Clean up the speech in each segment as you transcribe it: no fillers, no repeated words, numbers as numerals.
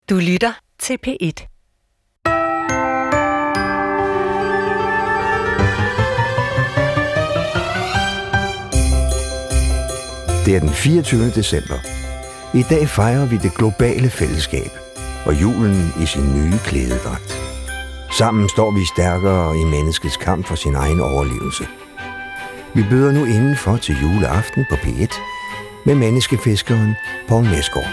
Du lytter til P1. Det er den 24. december. I dag fejrer vi det globale fællesskab og julen i sin nye klædedragt. Sammen står vi stærkere i menneskets kamp for sin egen overlevelse. Vi byder nu indenfor til juleaften på P1 med menneskefiskeren Poul Nesgaard.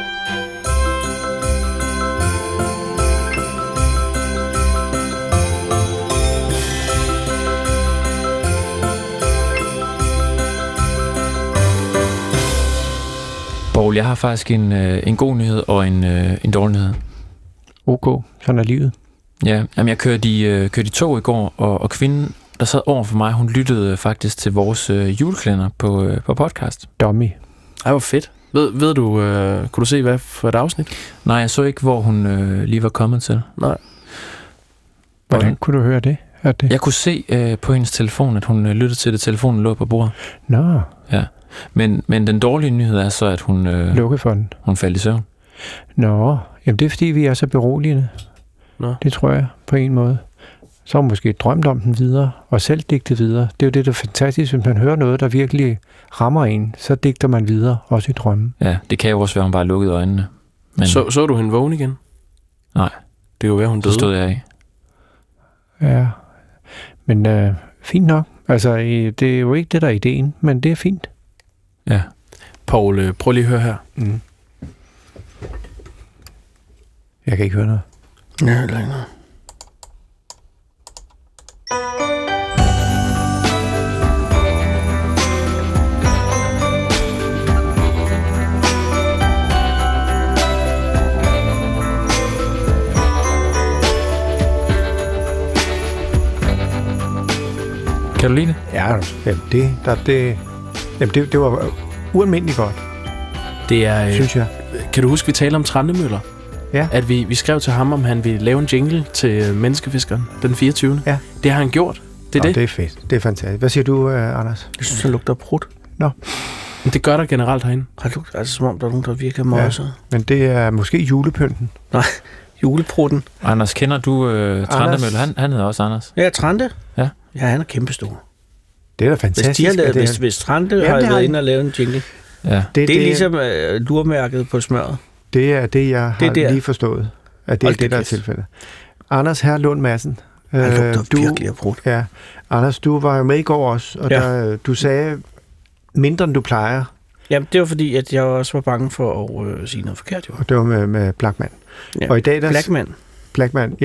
Poul, jeg har faktisk en god nyhed og en dårlig nyhed. OK, sådan er livet. Ja, jamen jeg kørte i tog i går, og kvinden, der sad over for mig, hun lyttede faktisk til vores julekalender på podcast. Dummy. Ej, hvor fedt. Ved du, kunne du se, hvad for et afsnit? Nej, jeg så ikke, hvor hun lige var kommet til. Nej. Hvordan kunne du høre det? Jeg kunne se på hendes telefon, at hun lyttede til det. Telefonen lå på bordet. Nå. Ja. Men den dårlige nyhed er så, at hun lukkede for den. Hun faldt i søvn. Nå, jamen det er fordi, vi er så beroligende. Nå. Det tror jeg på en måde. Så har man måske drømt om den videre, og selv digtet videre. Det er jo det, der er fantastisk. Hvis man hører noget, der virkelig rammer en, så digter man videre, også i drømmen. Ja, det kan jo også være, hun bare lukkede øjnene. Men Så du hende vågen igen? Nej. Det kan jo være, hun døde. Så stod jeg af. Ja, men fint nok. Altså, det er jo ikke det, der er ideen, men det er fint. Ja. Poul, prøv lige at høre her. Mm. Jeg kan ikke høre noget. Ja, heller ikke noget. Kan du lide det? Ja, det var ualmindeligt godt. Det er, synes jeg. Kan du huske, vi talte om Trandemøller? Ja. At vi skrev til ham, om han ville lave en jingle til Menneskefiskeren den 24. Ja. Det har han gjort. Det er fedt. Det er fantastisk. Hvad siger du, Anders? Jeg synes, han lugter brudt. Nå. Men det gør der generelt herinde. Det lugter altså, som om der er nogen, der virker møjser. Ja, men det er måske julepynten. Nej, juleprutten. Anders, kender du Trandemøller? Han hedder også Anders. Ja, Trande. Ja. Ja, han er kæmpestor. Det er da fantastisk. Hvis Trande har været inde og lavet en jingle. Ja. Det er ligesom lurmærket på smøret. Det er det, jeg har lige forstået. At det er det, der er tilfældet. Anders Herlund Madsen. Han lugter virkelig af brudt. Ja. Anders, du var jo med i går også, og du sagde mindre, end du plejer. Jamen, det var fordi, at jeg også var bange for at sige noget forkert. Jo. Og det var med Blackman. Ja. Og i dag Blackman.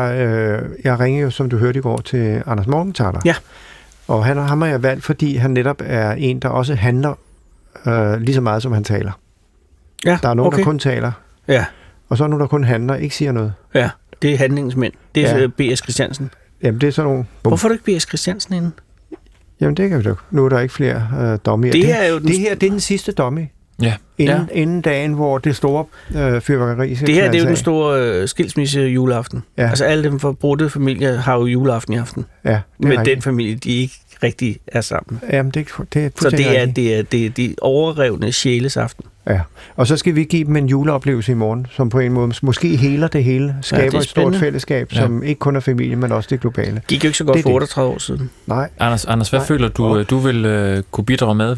Jeg ringer jo, som du hørte i går, til Anders Morgenthaler. Ja. Og ham har jeg valgt, fordi han netop er en, der også handler lige så meget, som han taler. Ja, der er nogen, der kun taler. Ja. Og så er nogen, der kun handler, ikke siger noget. Ja, det er handlingsmænd. Det er B.S. Christiansen. Jamen, det er sådan nogle... Hvorfor er du ikke B.S. Christiansen inde? Jamen, det kan vi da. Nu er der ikke flere dummy. Det her, det er den sidste dummy. Ja. Inden dagen, hvor det store fyrværkeri... Det her, det er jo den store skilsmisse juleaften. Ja. Altså, alle dem forbrudte familier har jo juleaften i aften. Ja, men den familie, de ikke rigtig er sammen. Jamen, det er så det er de overrevne sjæles aften. Ja, og så skal vi give dem en juleoplevelse i morgen, som på en måde måske heler det hele, skaber et stort fællesskab, som ikke kun er familie, men også det globale. Gik jo ikke så godt for 38 år siden. Nej. Anders, hvad føler du vil kunne bidrage med,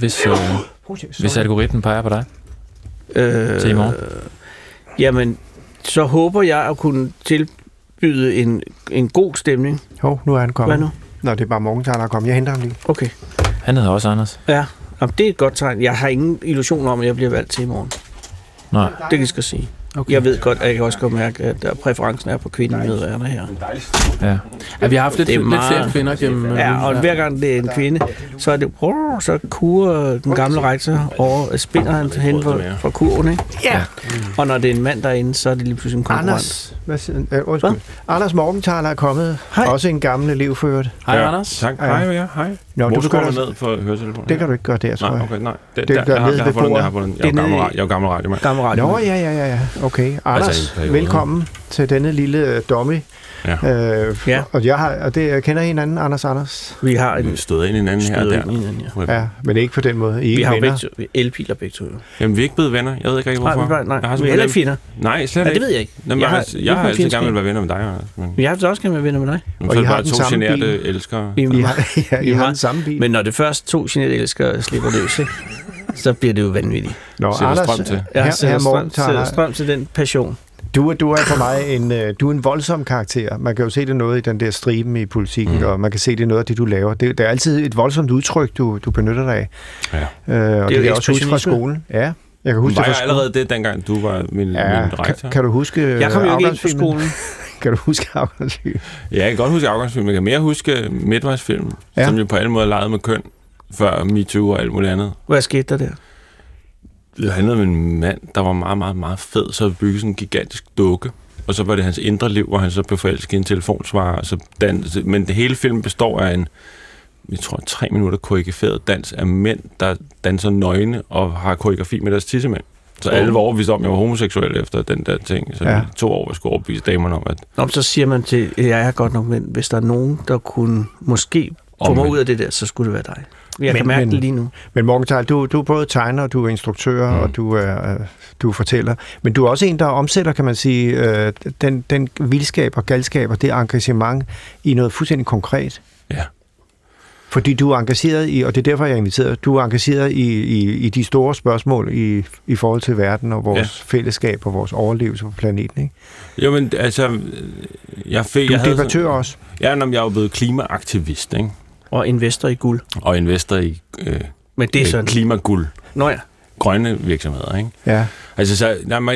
hvis algoritmen peger på dig til i morgen? Jamen, så håber jeg at kunne tilbyde en god stemning. Nu er han kommet. Hvad nu? Nå, det er bare Morgenthaler, der er kommet. Jeg henter ham lige. Okay. Han hedder også Anders. Ja. Jamen, det er et godt tegn. Jeg har ingen illusion om, at jeg bliver valgt til i morgen. Nej. Det kan jeg sige. Okay. Jeg ved godt, at jeg kan også godt mærke, at der præferencen er på kvindemøderne her. Ja. Vi har haft lidt flere kvinder gennem... Ja, og hver gang det er en kvinde, så er det... Så kurer den gamle rektor over, spinder han hen fra kurven, ikke? Ja. Og når det er en mand derinde, så er det lige pludselig en konkurrent. Anders Morgenthaler er kommet. Hej. Også en gammel elev for øvrigt. Hej, Anders. Tak. Hej. Nå, hvor skal du ned for høretelefonen? Det kan du ikke gøre der, tror jeg. Nej, okay, nej. Jeg har fundet den. Jeg er jo gammel radiomand. Nå, ja. Okay. Anders, velkommen. til denne lille dummy. Ja. Og jeg kender hinanden, Anders. Vi har støder ind i hinanden her og der. Ja, men ikke på den måde. Vi har jo elbiler begge to. Jamen, vi er ikke blevet venner. Jeg ved ikke rigtig, hvorfor. Nej, vi er heller ikke fjender. Nej, slet ikke. Det ved jeg ikke. Jamen, jeg har altid gerne vil være venner med dig, Anders. Men... Jeg har også gerne vil være venner med dig. Og så er det bare to generede elskere. I har den samme bil. Men når det først to generede elskere slipper løs, så bliver det jo vanvittigt. Nå, Anders, sætter strøm til den passion. Du er for mig du er en voldsom karakter. Man kan jo se det noget i den der striben i politikken, og man kan se det noget af det, du laver. Det er altid et voldsomt udtryk, du benytter dig af. Ja. Og det kan også huske fra skolen. Ja, jeg kan huske det fra skolen. Allerede det, dengang du var min rektor? Kan du huske jeg kom jo ikke ind på skolen. Kan du huske afgangsfilmen? Ja, jeg kan godt huske afgangsfilmen. Jeg kan mere huske midtvejsfilmen, som jo på alle måder legede med køn, før MeToo og alt muligt andet. Hvad skete der der? Det handlede om en mand, der var meget, meget, meget fed, så byggede sådan en gigantisk dukke, og så var det hans indre liv, hvor han så blev forelsket i en telefonsvarer. Men det hele film består af en, jeg tror, 3 minutter koreograferet dans af mænd, der danser nøgne og har koreografi med deres tissemænd. Så alle var overbevist om, at jeg var homoseksuel efter den der ting. Så 2 år var jeg skulle overbevise damerne om, at... Nå, så siger man til, jeg er godt nok, men hvis der er nogen, der kunne måske få mig ud af det der, så skulle det være dig. Jeg kan mærke det lige nu. Men Morgenthaler, du er både tegner, du er instruktør, og du er fortæller. Men du er også en, der omsætter, kan man sige, den vildskab og galskab og det engagement i noget fuldstændig konkret. Ja. Fordi du er engageret i, og det er derfor, jeg er inviteret, du er engageret i de store spørgsmål i forhold til verden og vores fællesskab og vores overlevelse på planeten, ikke? Jo, men altså... Du er debattør også. Ja, jeg er jo blevet klimaaktivist, ikke? Og investor i guld. Og investor i men det er sådan klimaguld. Nå ja. Grønne virksomheder, ikke? Ja. Altså, så,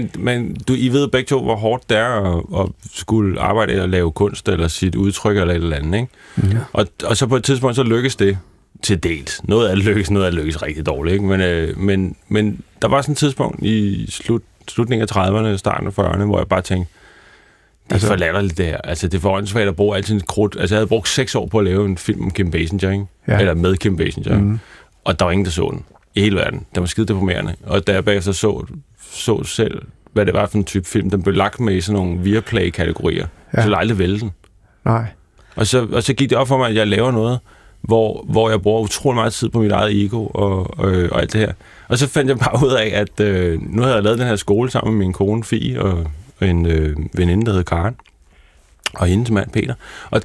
I ved begge to, hvor hårdt det er at skulle arbejde og lave kunst, eller sit udtryk, eller et eller andet, ikke? Ja. Og så på et tidspunkt, så lykkes det til dels. Noget af det lykkes rigtig dårligt, ikke? Men der var sådan et tidspunkt i slutningen af 30'erne, starten af 40'erne, hvor jeg bare tænkte, det er for latterligt det her. Altså, det er for åndssvagt at bruge altid krudt. Altså, jeg havde brugt 6 år på at lave en film om Kim Basinger, ikke? Ja. Eller med Kim Basinger. Mm. Og der var ingen, der så den. I hele verden. Den var skide deprimerende. Og da jeg bagefter så selv, hvad det var for en type film, den blev lagt med i sådan nogle Viaplay-kategorier. Så ville jeg aldrig vælge den. Nej. Og så gik det op for mig, at jeg laver noget, hvor jeg bruger utrolig meget tid på mit eget ego og alt det her. Og så fandt jeg bare ud af, at nu havde jeg lavet den her skole sammen med min kone Fie og en veninde, der hed Karen, og hendes mand Peter. Og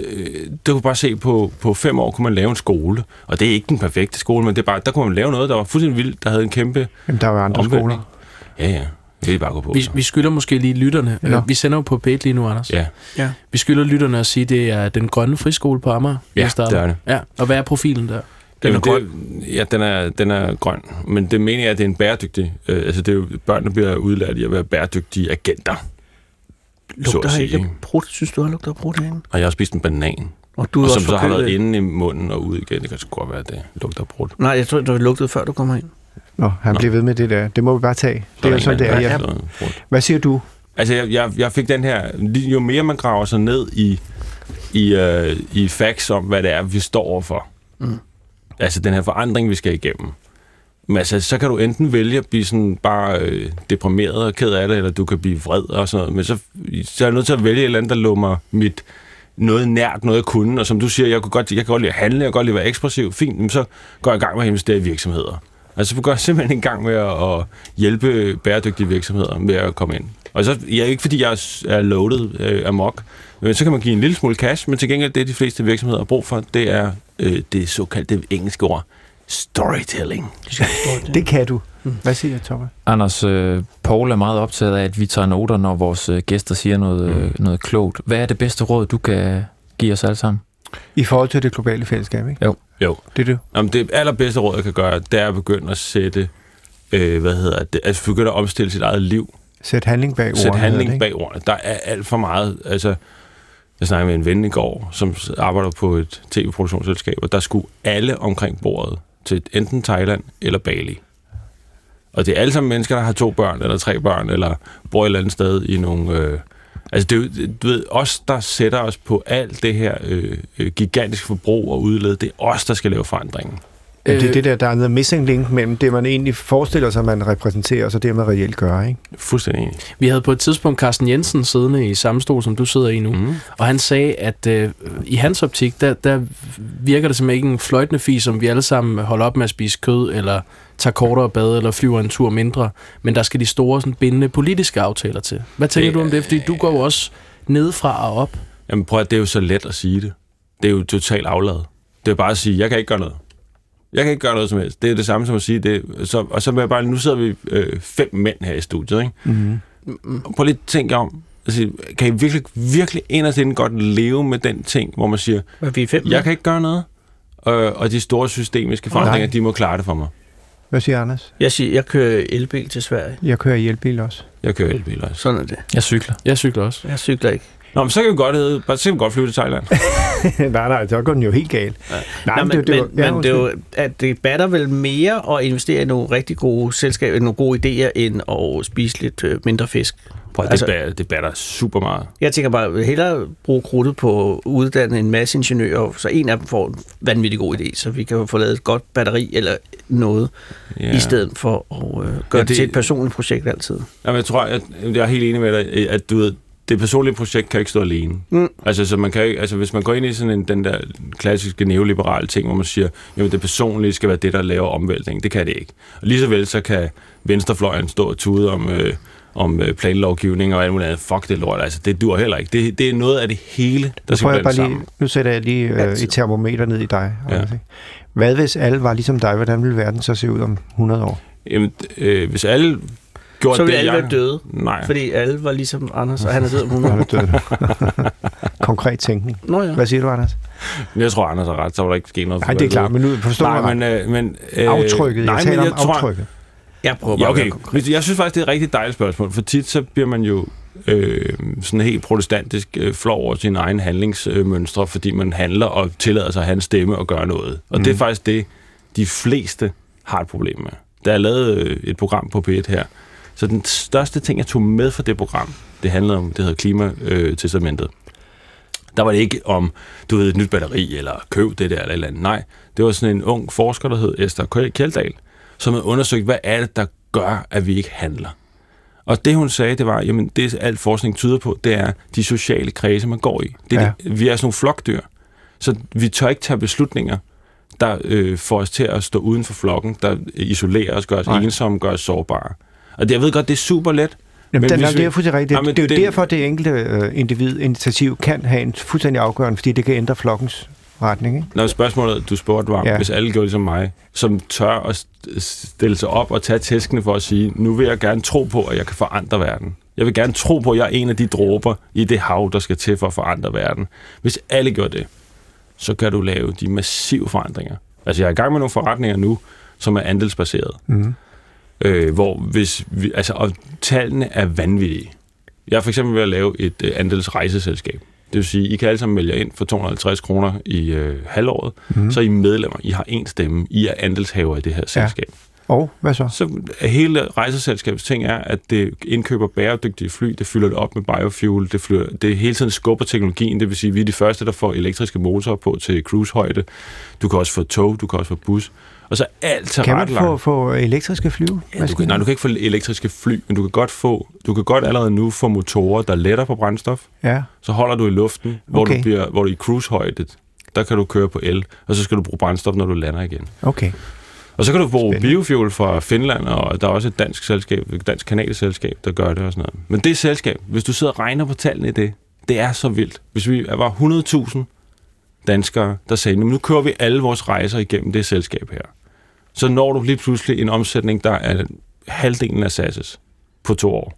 du kunne bare se, på 5 år kunne man lave en skole, og det er ikke den perfekte skole, men det er bare, der kunne man lave noget, der var fuldstændig vildt, der havde en kæmpe... Jamen, der var andre skoler. Ja. Det er bare gå på. Vi skylder måske lige lytterne. Ja. Vi sender jo på P1 lige nu, Anders. Ja. Vi skylder lytterne at sige, at det er den grønne friskole på Amager. Ja, det er det. Ja. Og hvad er profilen der? Den er grøn. Ja, den er grøn. Men det mener jeg, at det er en bæredygtig... altså, det er jo børn, der bliver udlært i at være bæredygtige agenter. Lugter har ikke brudt? Synes du, har lugter brudt herinde? Og jeg har spist en banan. Og du som så har været inde i munden og ude igen. Det kan sgu godt være, at det lugter brudt. Nej, jeg tror, du lugtede før du kommer ind. Nå, han bliver ved med det der. Det må vi bare tage. Det er jo sådan, det er. Ja. Hvad siger du? Altså, jeg fik den her... Jo mere man graver sig ned i facts om, hvad det er, vi står overfor. Mm. Altså, den her forandring, vi skal igennem. Men altså, så kan du enten vælge at blive sådan bare deprimeret og ked af det, eller du kan blive vred og sådan noget. Men så er jeg nødt til at vælge et eller andet, der lummer noget nært, noget jeg kunne. Og som du siger, jeg kan godt lide at handle, jeg kan godt lide at være ekspressiv. Fint, men så går jeg i gang med at investere i virksomheder. Altså, så går jeg simpelthen i gang med at hjælpe bæredygtige virksomheder med at komme ind. Og så ikke fordi jeg er loaded amok, men så kan man give en lille smule cash, men til gengæld det, de fleste virksomheder har brug for, det er det såkaldte engelske ord, storytelling. Det kan du. Hvad siger jeg, Toppe? Anders, Paul er meget optaget af, at vi tager noter, når vores gæster siger noget klogt. Hvad er det bedste råd, du kan give os alle sammen? I forhold til det globale fællesskab, ikke? Jo. Det er det. Jamen, det allerbedste råd, jeg kan gøre, det er at begynde at sætte, altså begynde at omstille sit eget liv. Sæt handling bag ordene. Sæt handling bag ordene. Der er alt for meget, altså, jeg snakkede med en ven i går, som arbejder på et tv-produktionsselskab, og der skulle alle omkring bordet til enten Thailand eller Bali. Og det er alle sammen mennesker, der har 2 børn, eller 3 børn, eller bor et eller andet sted i nogle... altså, det er du ved, os, der sætter os på alt det her gigantiske forbrug og udled, det er os, der skal lave forandringen. Det er det der er noget missing link mellem det, man egentlig forestiller sig, man repræsenterer, og så det, man reelt gør, ikke? Fuldstændig enig. Vi havde på et tidspunkt Carsten Jensen siddende i samme stol, som du sidder i nu, og han sagde, at i hans optik, der virker det som ikke en fløjtende fis, som vi alle sammen holder op med at spise kød, eller tager kortere bad, eller flyver en tur mindre, men der skal de store, sådan, bindende politiske aftaler til. Hvad tænker du om det? Fordi du går jo også nedefra og op. Jamen prøv at det er jo så let at sige det. Det er jo totalt afladet. Det er bare at sige, jeg kan ikke gøre noget. Jeg kan ikke gøre noget som helst. Det er det samme som at sige det. Og så vil jeg bare, nu sidder vi 5 mænd her i studiet, ikke? Mm-hmm. Prøv lige at tænke om, altså, kan I virkelig inderst inden godt leve med den ting, hvor man siger, jeg kan ikke gøre noget, og de store systemiske forandringer, de må klare det for mig. Hvad siger Anders? Jeg kører elbil til Sverige. Jeg kører elbil også. Jeg kører elbil også. Sådan er det. Jeg cykler også. Jeg cykler ikke. Nå, men så kan vi godt flyve til Thailand. nej, så går den jo helt galt. Nej, men det er jo, at det batter vel mere at investere i nogle rigtig gode selskaber, nogle gode idéer, end at spise lidt mindre fisk. Det batter super meget. Jeg tænker bare, hellere bruge krudtet på at uddanne en masse ingeniører, så en af dem får en vanvittig god idé, så vi kan få lavet et godt batteri eller noget, i stedet for at gøre det til et personligt projekt altid. Jamen, jeg tror, jeg er helt enig med dig, at du ved, det personlige projekt kan ikke stå alene. Altså, så man kan ikke, altså, hvis man går ind i sådan den der klassiske neoliberale ting, hvor man siger, jamen det personlige skal være det, der laver omvæltning, det kan det ikke. Og lige så vel, så kan venstrefløjen stå og tude om planlovgivning og alt muligt andet. Fuck det lort, altså det dur heller ikke. Det er noget af det hele, der skal blande sammen. Nu sætter jeg lige et termometer ned i dig. Ja. Hvad hvis alle var ligesom dig? Hvordan ville verden så se ud om 100 år? Jamen, hvis alle gjorde så ville det, alle være døde. Nej. Fordi alle var ligesom Anders, og han er død om 100 år. Konkret tænkning. Nå, ja. Hvad siger du, Anders? Jeg tror, Anders har ret, så var der ikke sket noget. Nej, det er klart, men nu forstår jeg men aftrykket. Jeg taler om aftrykket. Jeg prøver bare okay. Jeg synes faktisk, det er et rigtig dejligt spørgsmål, for tit så bliver man jo sådan helt protestantisk flov over sine egne handlingsmønstre, fordi man handler og tillader sig at have en stemme og gøre noget. Og det er faktisk det, de fleste har et problem med. Der er lavet et program på P1 her, så den største ting, jeg tog med fra det program, det handlede om, det hedder Klimatestamentet. Der var det ikke om, du ved, et nyt batteri, eller køb det der, eller et eller andet. Nej, det var sådan en ung forsker, der hed Esther Kjeldahl, som havde undersøgt, hvad er det, der gør, at vi ikke handler. Og det, hun sagde, det var, jamen, det alt forskning tyder på, det er de sociale kredse, man går i. Vi er sådan nogle flokdyr, så vi tør ikke tage beslutninger, der får os til at stå uden for flokken, der isolerer os, gør os ensomme, gør os sårbare. Og det, jeg ved godt, det er super let. Jamen, det er fuldstændig rigtigt. Det er jo derfor, det enkelte individ-initiativ kan have en fuldstændig afgørende, fordi det kan ændre flokkens retning, ikke? Når spørgsmålet, du spurgte, var, hvis alle gjorde ligesom mig, som tør at stille sig op og tage tæskene for at sige, nu vil jeg gerne tro på, at jeg kan forandre verden. Jeg vil gerne tro på, at jeg er en af de dråber i det hav, der skal til for at forandre verden. Hvis alle gør det, så kan du lave de massive forandringer. Altså, jeg er i gang med nogle forretninger nu, som er andelsbaseret. Hvor hvis vi, altså, og tallene er vanvittige. Jeg er for eksempel ved at lave et andelsrejseselskab. Det vil sige, I kan alle sammen melde ind for 250 kroner i halvåret, så er I medlemmer. I har én stemme. I er andelshaver i det her selskab. Og hvad så? Så hele rejseselskabets ting er, at det indkøber bæredygtige fly, det fylder det op med biofuel, det hele tiden skubber teknologien, det vil sige, at vi er de første, der får elektriske motorer på til cruisehøjde. Du kan også få tog, du kan også få bus. Og så alt tilrettelagt. Kan man få elektriske fly? Ja, du kan ikke få elektriske fly, men du kan godt allerede nu få motorer, der letter på brændstof. Ja. Så holder du i luften, hvor du i cruisehøjde, der kan du køre på el, og så skal du bruge brændstof, når du lander igen. Okay. Og så kan du bruge biofuel fra Finland, og der er også et dansk selskab, et dansk-kanadisk selskab, der gør det og sådan noget. Men det selskab, hvis du sidder og regner på tallene i det er så vildt. Hvis vi var 100.000 danskere, der sagde, nu kører vi alle vores rejser igennem det selskab her, så når du lige pludselig en omsætning, der er halvdelen af SAS' på 2 år.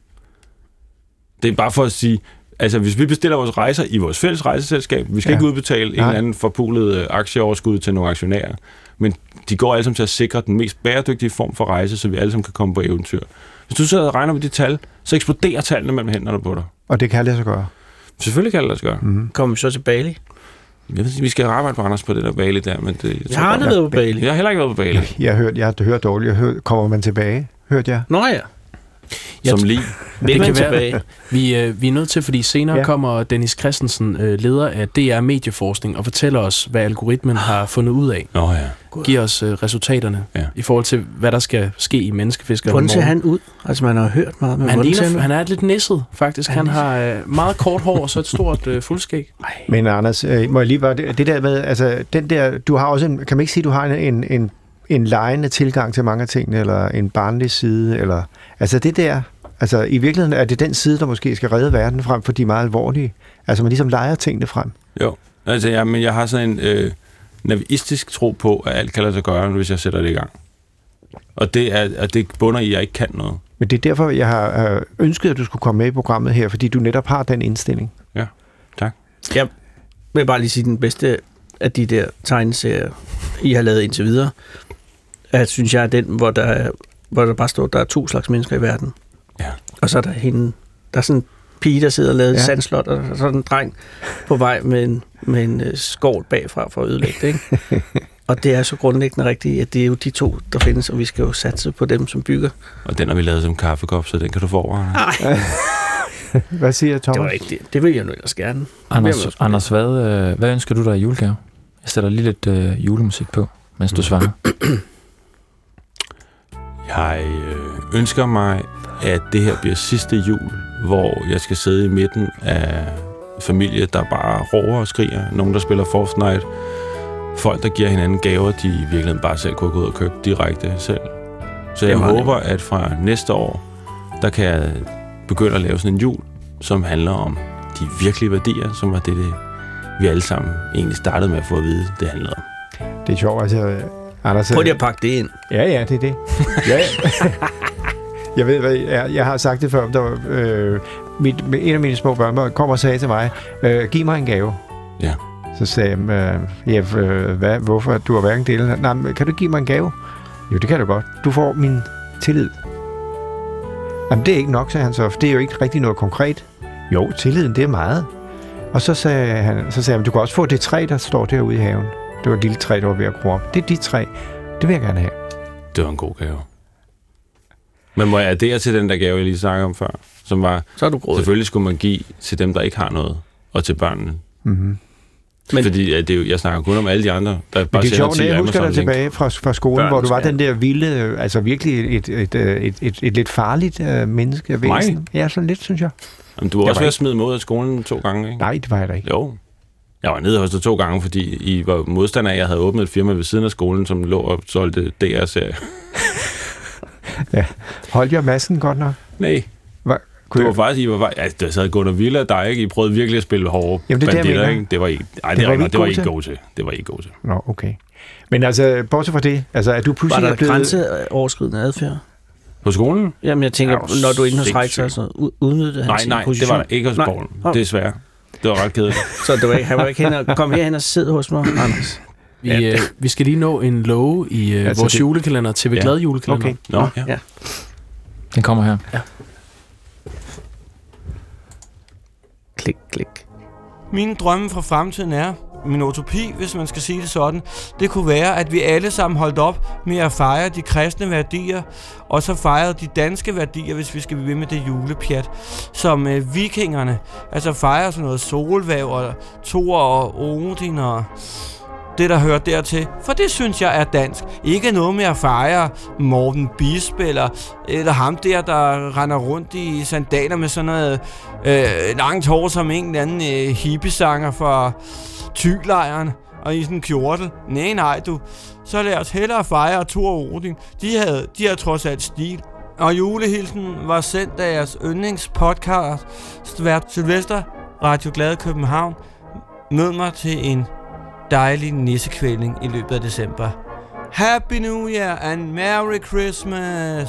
Det er bare for at sige, altså hvis vi bestiller vores rejser i vores fælles rejseselskab, vi skal ikke udbetale en eller anden forpulet aktieoverskud til nogle aktionærer, men de går alle sammen til at sikre den mest bæredygtige form for rejse, så vi alle sammen kan komme på eventyr. Hvis du sidder og regner med de tal, så eksploderer tallene mellem hænderne på dig. Og det kan lade sig gøre? Selvfølgelig kan det lade sig gøre. Kommer vi så til Bali? Jeg ved, vi skal arbejde på Anders på det der Bali der, men jeg har aldrig været på Bali. Jeg har heller ikke været på Bali. Jeg har hørt dårligt. Kommer man tilbage? Hørte jeg? Nå ja. som lige. Det kan være, vi er nødt til, fordi senere kommer Dennis Christensen, leder af DR Medieforskning, og fortæller os, hvad algoritmen har fundet ud af. Giver os resultaterne i forhold til, hvad der skal ske i menneskefiskere. Hvordan ser han ud? Altså, man har hørt meget med han er lidt nisset, faktisk. Han har meget kort hår og så et stort fuldskæg. Men Anders, må jeg lige bare... Det der med, altså, den der... Du har også kan man ikke sige, du har en legende tilgang til mange af tingene, eller en barnlig side, eller... Altså, det der... Altså, i virkeligheden er det den side, der måske skal redde verden frem for de meget alvorlige. Altså, man ligesom leger tingene frem. Jo, altså, men jeg har sådan en naivistisk tro på, at alt kan lade sig gøre, hvis jeg sætter det i gang. Og det bunder i, at jeg ikke kan noget. Men det er derfor, jeg har ønsket, at du skulle komme med i programmet her, fordi du netop har den indstilling. Ja, tak. Jeg vil bare lige sige, den bedste af de der tegneserier, I har lavet indtil videre, at synes jeg er den, hvor der bare står, der er 2 slags mennesker i verden. Ja. Og så er der hende, der er sådan en pige, der sidder og laver sandslot, og så er der en dreng på vej med en skovl bagfra for at ødelægge det, ikke? Og det er så grundlæggende rigtigt, at det er jo de 2, der findes, og vi skal jo satse på dem, som bygger. Og den har vi lavet som kaffekop, så den kan du få over. Hvad siger Thomas? Det var ikke det. Det vil jeg nu ellers gerne. Anders, hvad ønsker du dig i julegave? Jeg sætter lige lidt julemusik på, mens du svarer. Jeg ønsker mig, at det her bliver sidste jul, hvor jeg skal sidde i midten af familie, der bare råber og skriger. Nogen, der spiller Fortnite. Folk, der giver hinanden gaver, de i virkeligheden bare selv kunne gå ud og købe direkte selv. Så jeg håber, at fra næste år, der kan jeg begynde at lave sådan en jul, som handler om de virkelige værdier, som var det vi alle sammen egentlig startede med at få at vide, det handlede om. Det er sjovt, altså... Anders, prøv lige at pakke det ind. Ja, det er det. Ja. Jeg ved, hvad jeg har sagt det før. Der var, en af mine små børn kom og sagde til mig, giv mig en gave. Ja. Så sagde jeg, hvad? Hvorfor? Du har hverken delt. Nej, kan du give mig en gave? Jo, det kan du godt. Du får min tillid. Jamen, det er ikke nok, sagde han så, for det er jo ikke rigtig noget konkret. Jo, tilliden, det er meget. Og så sagde han, du kan også få det træ, der står derude i haven. Det var et lille træ, der var ved at gro op. Det er dit træ. Det vil jeg gerne have. Det var en god gave. Men må jeg addere til den der gave, jeg lige snakkede om før, som var, så er du grådig. Selvfølgelig skulle man give til dem, der ikke har noget, og til børnene. Mm-hmm. Fordi det er jo, jeg snakker kun om alle de andre, der bare sender 10 Amazon. Jeg husker dig tilbage fra skolen, børn, hvor du var den der vilde, altså virkelig et lidt farligt menneske. Mig? Ja, sådan lidt, synes jeg. Jamen, du var også ved at smide mod af skolen 2 gange, ikke? Nej, det var jeg da ikke. Jo. Jeg var nede hos dig 2 gange, fordi I var modstander af, at jeg havde åbnet et firma ved siden af skolen, som lå og solgte DR-serier. Ja. Holdt jeg massen godt nok? Nej. Det var faktisk, der sad Gunnar Villa og dig, ikke? I prøvede virkelig at spille hårde banditter, ikke? Det var I ikke god til. Det var I ikke god til. Nå, okay. Men altså, bortset fra det, altså, er du pludselig... Var der grænseoverskridende adfærd? På skolen? Jamen, jeg tænker, når du er inde hos rektor, så udnyttede han sin position. Det var der ikke hos Borgen. Desværre. Det var ret kedeligt. Så han var ikke hen og kom herhen og sidde hos mig, Anders. Vi skal lige nå en love i vores julekalender, TV Glad julekalender. Okay. Nå, ja. Den kommer her. Ja. Klik, klik. Mine drømme fra fremtiden er, min utopi, hvis man skal sige det sådan, det kunne være, at vi alle sammen holdt op med at fejre de kristne værdier, og så fejrede de danske værdier, hvis vi skal blive ved med det julepjat, som vikingerne, altså fejre sådan noget solvæv og Thor og Odin og det, der hører dertil. For det synes jeg er dansk. Ikke noget med at fejre Morten Bispe eller ham der render rundt i sandaler med sådan noget langt hår som en eller anden hippiesanger fra Thylejren og i sådan en kjortel. Nej, du. Så lad os hellere fejre Thor og Odin. De havde trods alt stil. Og julehilsen var sendt af jeres yndlingspodcast, vært Sylvester, Radio Glade København. Mød mig til en dejlig nissekvælning i løbet af december. Happy New Year and Merry Christmas!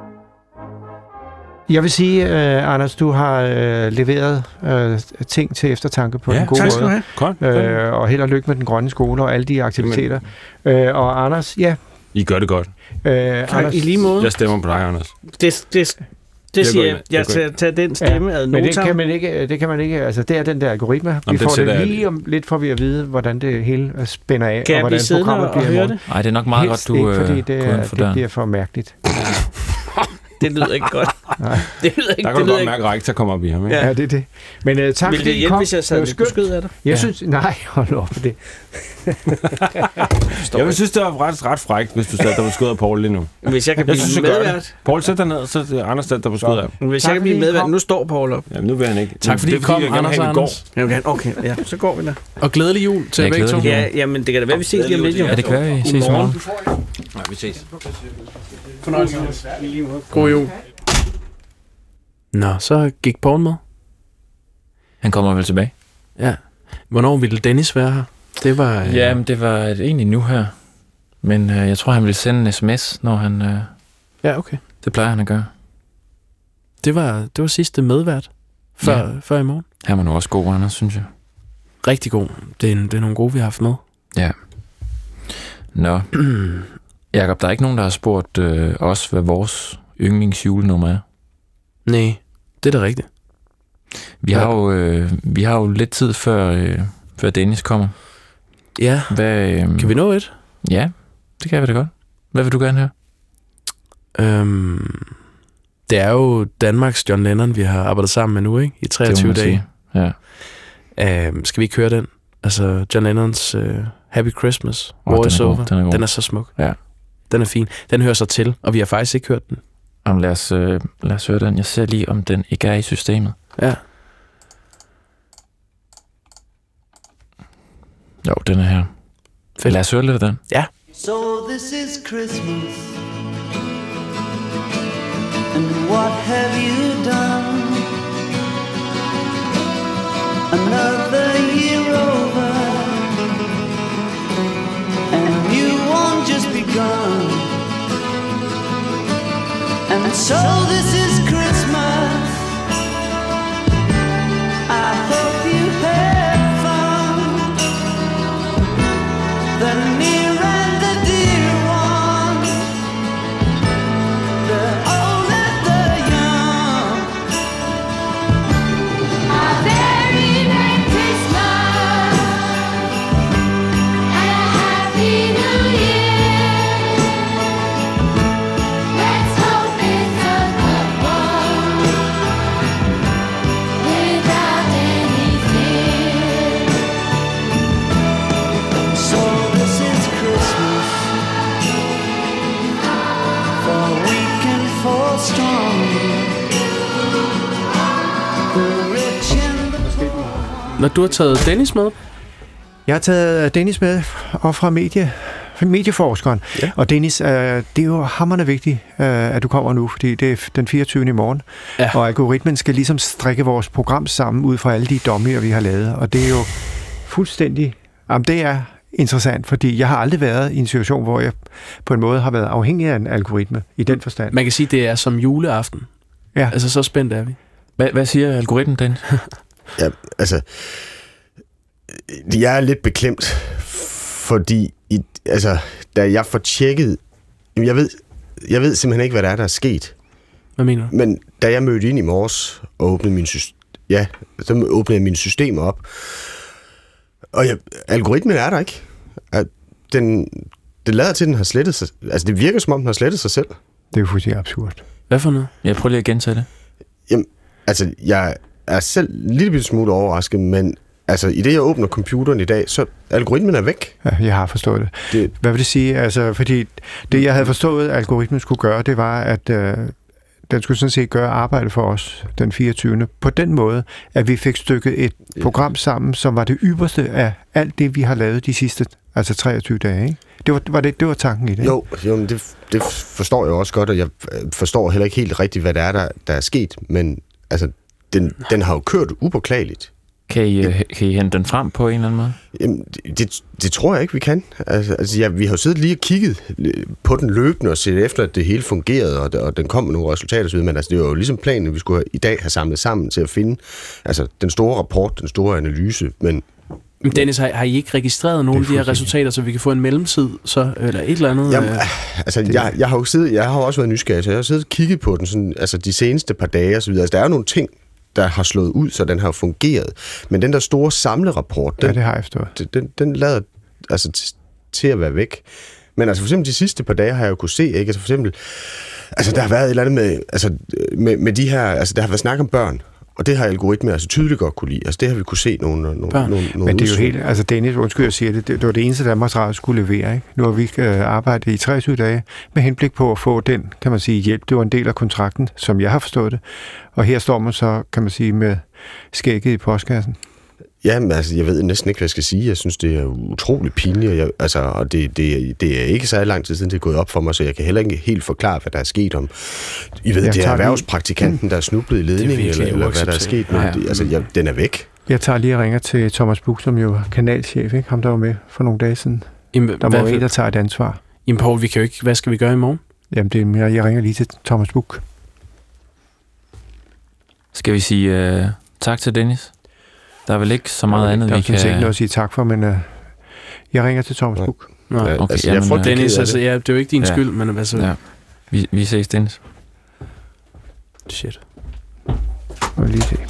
Jeg vil sige, Anders, du har leveret ting til eftertanke på en god måde. Godt. Og held og lykke med den grønne skole og alle de aktiviteter. Og Anders, ja. I gør det godt. Anders, i lige måde. Jeg stemmer på dig, Anders. Det siger jeg. Jeg skal tage den stemme ad notam. Men det kan man ikke. Altså, det er den der algoritme. Vi får det lige om lidt, for vi at vide, hvordan det hele spænder af, kan og hvordan programmet bliver i morgen. Nej, det er nok meget godt, du ikke, fordi går ind for døren. det bliver for mærkeligt. Det lyder ikke godt. Det lyder ikke, der kan du godt mærke, at rektor kommer op i ham, ikke? Ja, det er det. Men tak Vil det hjælpe, hvis jeg sad lidt på skød af dig? Jeg synes... Nej, hold op på det. Jeg vil synes, det var ret frækt, hvis du sad der på skød af Paul lige nu. Hvis jeg kan blive medvært... Paul, sæt dig ned, så er det Anders, der på skød af ham. Hvis jeg kan blive medvært... Nu står Paul op. Ja, nu vil han ikke. Tak fordi I kom, Anders og Anders. Okay, ja, så går vi der. Og glædelig jul til begge to. Ja, jamen det kan da være, vi ses lige om lidt. Ja, det kan være, vi ses i morgen. Nej, vi ses. Fornøjelse. God jul. Nå, så gik Paul med. Han kommer vel tilbage. Ja. Hvornår ville Dennis være her? Det var... Ja, men det var egentlig nu her. Men jeg tror, han ville sende en sms, når han... Ja, okay. Det plejer han at gøre. Det var sidste medvært før i morgen. Han var nu også god, Anders, synes jeg. Rigtig god. Det er nogle gode, vi har haft med. Ja. Nå. Jakob, der er ikke nogen, der har spurgt os, hvad vores yndlingsjulenummer er. Nej, det er da rigtigt. Vi har jo lidt tid før Dennis kommer. Ja. Kan vi nå et? Ja, det kan vi da godt. Hvad vil du gerne høre? Det er jo Danmarks John Lennon, vi har arbejdet sammen med nu, ikke? I 23 dage. Ja. Skal vi ikke høre den? Altså John Lennons Happy Christmas, War is Over. Den er så smuk. Ja. Den er fin. Den hører sig til, og vi har faktisk ikke hørt den. Jamen, lad os høre den. Jeg ser lige, om den ikke er i systemet. Ja. Jo, den er her. Fedt. Lad os høre lidt af den. Ja. So this is Christmas, and what have you done? Another year over, and you won't just begun. And so this is Christmas, I hope you have fun. The near and the dear one, the old and the young. A very Merry Christmas and a Happy New Year. Let's hope it's a good one without any fear. So this is Christmas, for weak and for strong, the rich and the poor. Når du har taget Dennis med? Jeg har taget Dennis med og fra medieforskeren. Ja. Og Dennis, det er jo hammerende vigtigt, at du kommer nu, fordi det er den 24. i morgen. Ja. Og algoritmen skal ligesom strikke vores program sammen ud fra alle de dommer, vi har lavet. Og det er jo fuldstændig... Jamen, det er interessant, fordi jeg har aldrig været i en situation, hvor jeg på en måde har været afhængig af en algoritme i den forstand. Man kan sige, det er som juleaften. Ja. Altså, så spændt er vi. Hvad siger algoritmen, Dennis? Ja, altså... Jeg er lidt beklemt, fordi da jeg får tjekket... Jeg ved simpelthen ikke, hvad der er sket. Hvad mener du? Men da jeg mødte ind i morges og åbnede så åbnede jeg mine systemer op, og algoritmen er der ikke. Det lader til, at den har slettet sig. Altså, det virker, som om den har slettet sig selv. Det er jo fuldstændig absurd. Hvad for noget? Jeg prøver lige at gentage det. Jamen, altså, jeg er selv en lille smule overrasket, men altså, i det, jeg åbner computeren i dag, så algoritmen er væk. Ja, jeg har forstået det. Hvad vil det sige? Altså, fordi det, jeg havde forstået, at algoritmen skulle gøre, det var, at den skulle sådan set gøre arbejde for os den 24. På den måde, at vi fik stykket et program sammen, som var det ypperste af alt det, vi har lavet de sidste 23 dage, ikke? Det var tanken i det. Jo, men det forstår jeg også godt, og jeg forstår heller ikke helt rigtigt, hvad det er, der er sket, men altså, den har jo kørt upåklageligt. Kan I hente den frem på en eller anden måde? Jamen, det tror jeg ikke, vi kan. Vi har jo siddet lige og kigget på den løbende og set efter, at det hele fungerede, og den kom med nogle resultater, men altså, det var jo ligesom planen, at vi skulle i dag have samlet sammen til at finde den store rapport, den store analyse, men... Dennis, har I ikke registreret nogle af de her resultater, så vi kan få en mellemtid, eller et eller andet? Jamen, jeg har jo også været nysgerrig, så jeg har siddet og kigget på den sådan, altså de seneste par dage og så videre. Altså, der er jo nogle ting, der har slået ud, så den har fungeret. Men den der store samlerapport, det har jeg forstået. Den lader altså til at være væk. Men altså for eksempel de sidste par dage har jeg jo kunne se, ikke? Altså for eksempel, altså der har været et eller andet med, altså med de her, altså der har været snak om børn, og det har algoritmer altså tydeligt godt kunne lide. Altså det har vi kunne se nogle Men det er jo helt, altså Dennis, undskyld jeg siger det var det eneste, Danmarks Radio skulle levere, ikke? Nu har vi arbejdet i 23 dage med henblik på at få den, kan man sige, hjælp. Det var en del af kontrakten, som jeg har forstået det. Og her står man så, kan man sige, med skægget i postkassen. Ja, men altså, jeg ved næsten ikke, hvad jeg skal sige. Jeg synes, det er utroligt pinligt, og det er ikke så lang tid siden, det er gået op for mig, så jeg kan heller ikke helt forklare, hvad der er sket om. I ved, det er erhvervspraktikanten, der er snublet i ledningen, eller hvad der er sket. Men den er væk. Jeg tager lige og ringer til Thomas Buch, som jo er kanalchef, ikke? Ham, der var med for nogle dage siden. Der må en, der tager et ansvar. Jamen, Poul, vi kan jo ikke... Hvad skal vi gøre i morgen? Jamen, jeg ringer lige til Thomas Buch. Skal vi sige tak til Dennis? Der er vel ikke så meget andet, vi kan... Der er ikke noget at sige tak for, men jeg ringer til Thomas Buch. Nej, okay. Altså, jeg frygter Dennis, altså, det er jo ikke din skyld, men altså... Ja. Vi ses, Dennis. Shit. Må jeg lige se.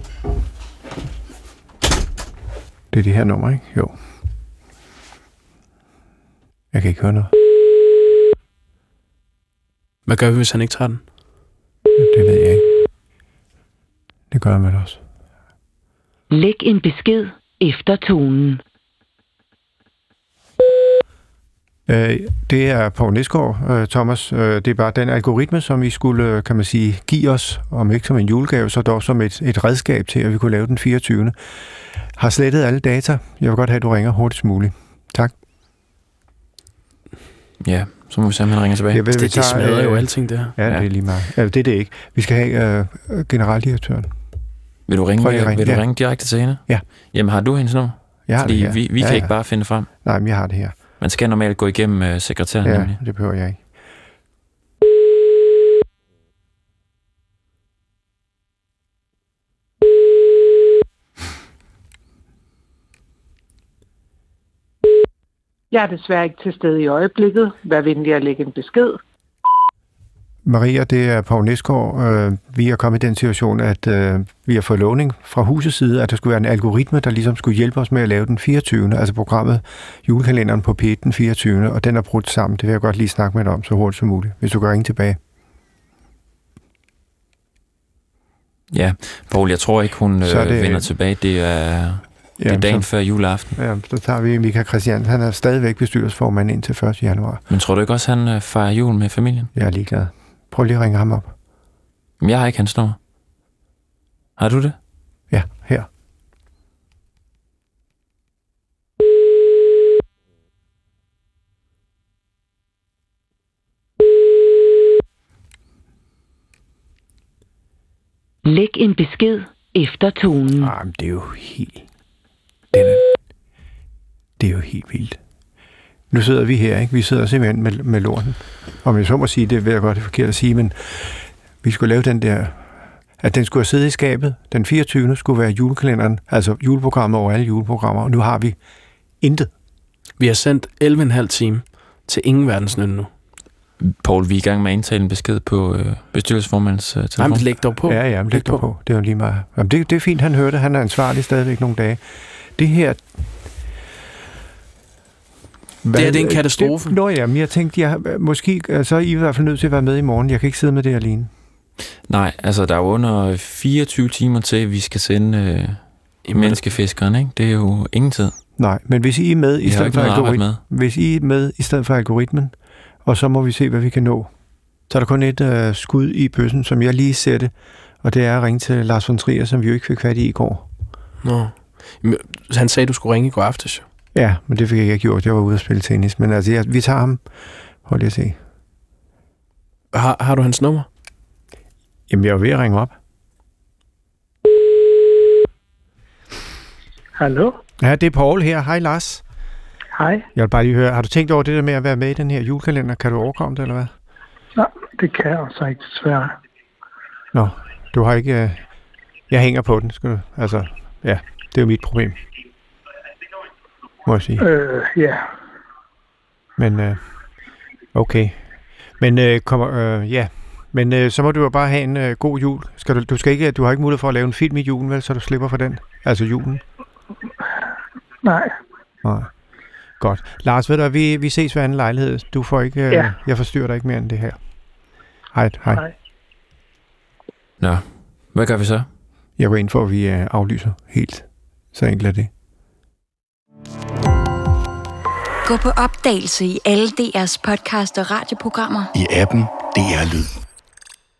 Det er det her nummer, ikke? Jo. Jeg kan ikke høre noget. Hvad gør vi, hvis han ikke tager den? Det ved jeg ikke. Det gør jeg med også. Læg en besked efter tonen. Det er Poul Nesgaard, Thomas. Det er bare den algoritme, som vi skulle, kan man sige, give os, om ikke som en julegave, så dog som et redskab til, at vi kunne lave den 24. Har slettet alle data. Jeg vil godt have, at du ringer hurtigst muligt. Tak. Ja, så må vi se, om han ringer tilbage. Det smadrer jo alting, det her. Ja, det er lige meget. Altså, det er det ikke. Vi skal have generaldirektøren. Vil du ringe direkte til hende? Ja. Jamen, har du hendes nummer? Jeg har Fordi det her. vi kan ikke bare finde frem. Nej, men jeg har det her. Man skal normalt gå igennem sekretæren. Ja, nemlig. det behøver jeg ikke. Jeg er desværre ikke til stede i øjeblikket. Vær venlig at lægge en besked. Maria, det er Poul Nesgaard. Vi er kommet i den situation, at vi har fået lovning fra husets side, at der skulle være en algoritme, der ligesom skulle hjælpe os med at lave den 24. Altså programmet Julekalenderen på P1 den 24. Og den er brudt sammen. Det vil jeg godt lige snakke med dig om så hurtigt som muligt, hvis du kan ringe tilbage. Ja, Poul, jeg tror ikke, hun vender tilbage. Det er dagen før juleaften. Ja, så tager vi Michael Christian. Han er stadigvæk bestyrelsesformand indtil 1. januar. Men tror du ikke også, han fejrer jul med familien? Jeg er ligeglad. Prøv lige at ringe ham op. Men jeg har ikke hans nummer. Har du det? Ja, her. Læg en besked efter tonen. Men det er jo helt... Det er jo helt vildt. Nu sidder vi her, ikke? Vi sidder simpelthen med lorten. Om jeg så må sige, det vil jeg godt det forkert at sige, men vi skulle lave den der... At den skulle have siddet i skabet. Den 24. skulle være julekalenderen, altså juleprogrammet over alle juleprogrammer, og nu har vi intet. Vi har sendt 11,5 time til ingen verdensnytte nu. Poul, vi er i gang med at indtale en besked på bestyrelsesformandens telefon. Jamen, læg dog på. Ja, læg dog på. Det er jo lige meget. Jamen, det er fint, han hørte. Han er ansvarlig stadigvæk nogle dage. Det her... Det er en katastrofe. Men jeg tænkte, måske så er I hvert fald nødt til at være med i morgen. Jeg kan ikke sidde med det alene. Nej, altså der er under 24 timer til, at vi skal sende menneskefiskeren, ikke? Det er jo ingen tid. Nej, men hvis I er med i stedet for algoritmen, hvis I er med i stedet for algoritmen, og så må vi se, hvad vi kan nå. Så er der kun et skud i bøssen, som jeg lige ser det, og det er at ringe til Lars von Trier, som vi jo ikke fik fat i går. Nå. Han sagde, du skulle ringe i går aftes. Ja, men det fik jeg ikke gjort. Jeg var ude at spille tennis. Men altså, vi tager ham. Hold lige at se. Har du hans nummer? Jamen, jeg er ved at ringe op. Hallo? Ja, det er Poul her. Hej, Lars. Hej. Jeg vil bare lige høre, har du tænkt over det der med at være med i den her julekalender? Kan du overkomme det, eller hvad? Nej, det kan jeg så ikke desværre. Nå, du har ikke... Jeg hænger på den, skal du... Altså, ja, det er jo mit problem. Må jeg sige. Ja. Men, okay. Men, ja. Men så må du jo bare have en god jul. Du har ikke mulighed for at lave en film i julen, vel, så du slipper for den? Altså julen? Nej. Godt. Lars, ved du, vi ses ved anden lejlighed. Du får ikke, Ja. jeg forstyrrer dig ikke mere end det her. Hej. Hej. Nå, hvad gør vi så? Jeg går ind for, at vi aflyser helt. Så enkelt er det. Gå på opdagelse i alle DR's podcast og radioprogrammer. I appen DR Lyd.